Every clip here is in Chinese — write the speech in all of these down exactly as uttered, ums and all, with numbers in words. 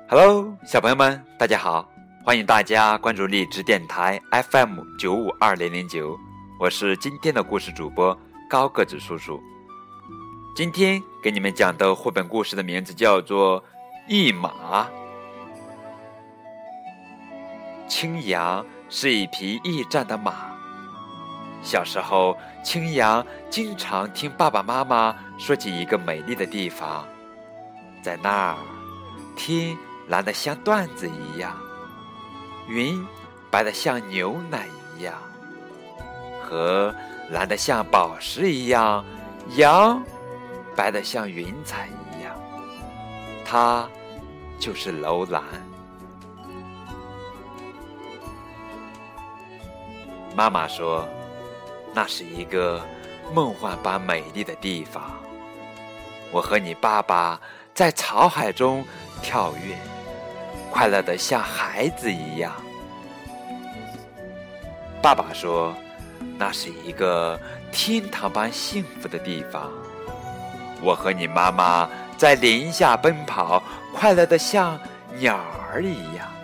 Hello， 小朋友们，大家好！欢迎大家关注荔枝电台 F M 九五二零零九，我是今天的故事主播高个子叔叔。今天给你们讲的绘本故事的名字叫做《一马》。青阳是一匹驿站的马。小时候，青阳经常听爸爸妈妈说起一个美丽的地方，在那儿，天蓝得像缎子一样，云白得像牛奶一样，河蓝得像宝石一样，羊白得像云彩一样，它就是楼兰。妈妈说，那是一个梦幻般美丽的地方，我和你爸爸在草海中跳跃，快乐得像孩子一样。爸爸说，那是一个天堂般幸福的地方，我和你妈妈在林下奔跑，快乐得像鸟儿一样。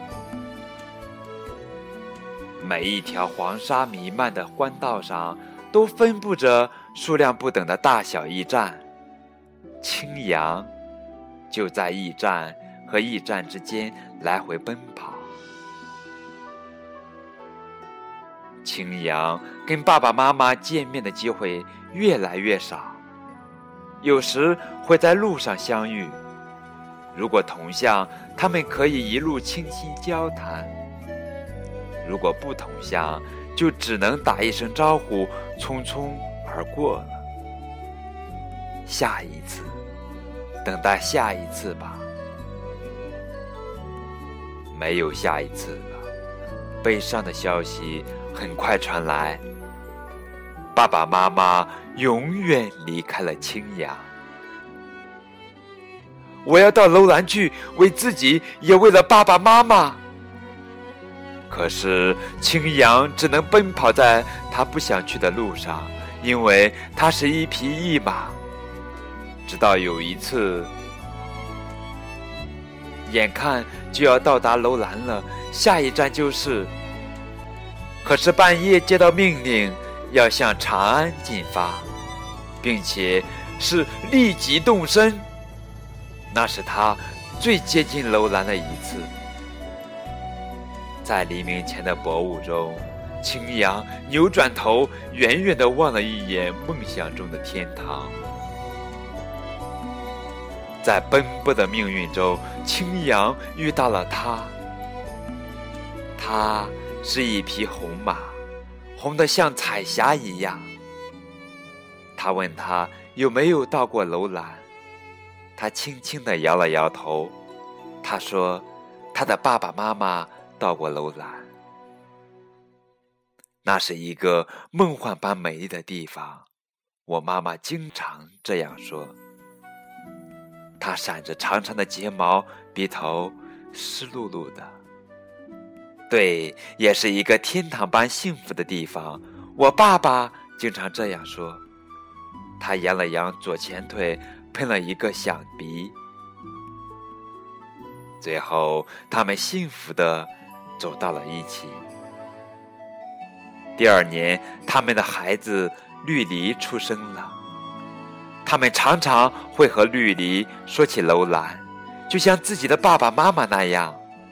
每一条黄沙弥漫的官道上都分布着数量不等的大小驿站，青阳就在驿站和驿站之间来回奔跑。青阳跟爸爸妈妈见面的机会越来越少，有时会在路上相遇，如果同向，他们可以一路倾心交谈，如果不同向，就只能打一声招呼，匆匆而过了。下一次，等待下一次吧。没有下一次了，悲伤的消息很快传来，爸爸妈妈永远离开了青阳。我要到楼兰去，为自己，也为了爸爸妈妈。可是青阳只能奔跑在他不想去的路上，因为他是一匹驿马。直到有一次，眼看就要到达楼兰了，下一站就是，可是半夜接到命令，要向长安进发，并且是立即动身。那是他最接近楼兰的一次。在黎明前的薄雾中，青阳扭转头，远远地望了一眼梦想中的天堂。在奔波的命运中，青阳遇到了他。他是一匹红马，红得像彩霞一样。他问他有没有到过楼兰，他轻轻地摇了摇头。他说，他的爸爸妈妈到过楼兰，那是一个梦幻般美丽的地方，我妈妈经常这样说。她闪着长长的睫毛，鼻头湿漉漉的。对，也是一个天堂般幸福的地方，我爸爸经常这样说。他扬了扬左前腿，喷了一个响鼻。最后他们幸福地走到了一起。第二年，他们的孩子绿篱出生了。他们常常会和绿篱说起楼兰，就像自己的爸爸妈妈那样。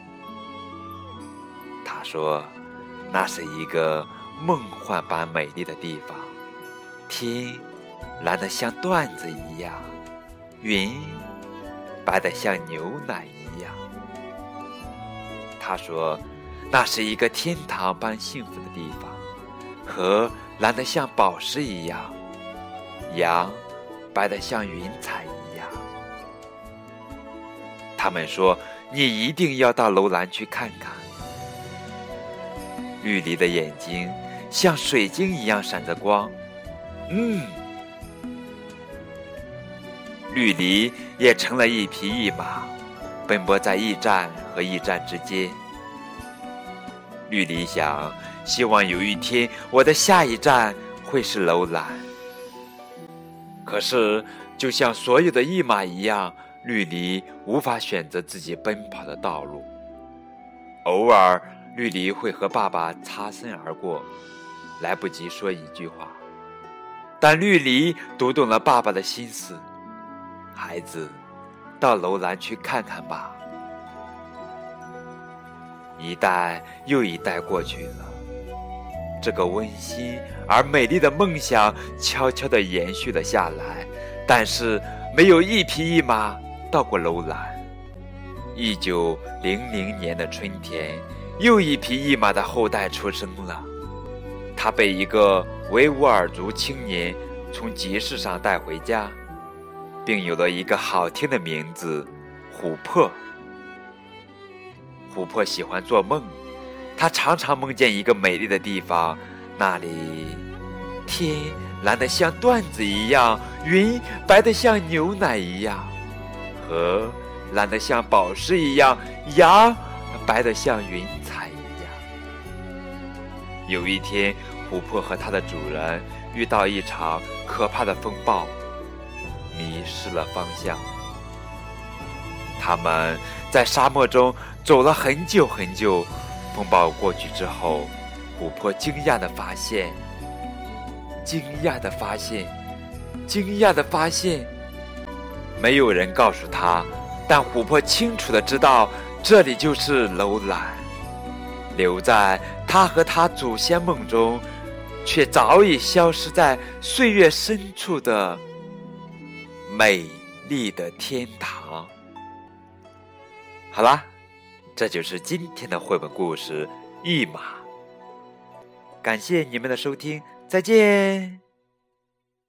他说，那是一个梦幻般美丽的地方，天蓝得像缎子一样，云白得像牛奶一样。他说，那是一个天堂般幸福的地方，河蓝得像宝石一样，羊白得像云彩一样。他们说，你一定要到楼兰去看看。绿篱的眼睛像水晶一样闪着光。嗯，绿篱也成了一匹驿马，奔波在驿站和驿站之间。绿篱想，希望有一天我的下一站会是楼兰。可是就像所有的驿马一样， 绿篱无法选择自己奔跑的道路。偶尔，绿篱会和爸爸擦身而过，来不及说一句话，但绿篱读懂了爸爸的心思：孩子，到楼兰去看看吧。一代又一代过去了，这个温馨而美丽的梦想悄悄地延续了下来，但是没有一匹一马到过楼兰。一九零零年的春天，又一匹一马的后代出生了。他被一个维吾尔族青年从集市上带回家，并有了一个好听的名字——琥珀。琥珀喜欢做梦，他常常梦见一个美丽的地方，那里天蓝得像缎子一样，云白得像牛奶一样，河蓝得像宝石一样，羊白得像云彩一样。有一天，琥珀和它的主人遇到一场可怕的风暴，迷失了方向。他们在沙漠中走了很久很久，风暴过去之后，琥珀惊讶地发现，惊讶地发现，惊讶地发现，没有人告诉他，但琥珀清楚地知道，这里就是楼兰，留在他和他祖先梦中，却早已消失在岁月深处的美丽的天堂。好啦，这就是今天的绘本故事《一马》。感谢你们的收听，再见。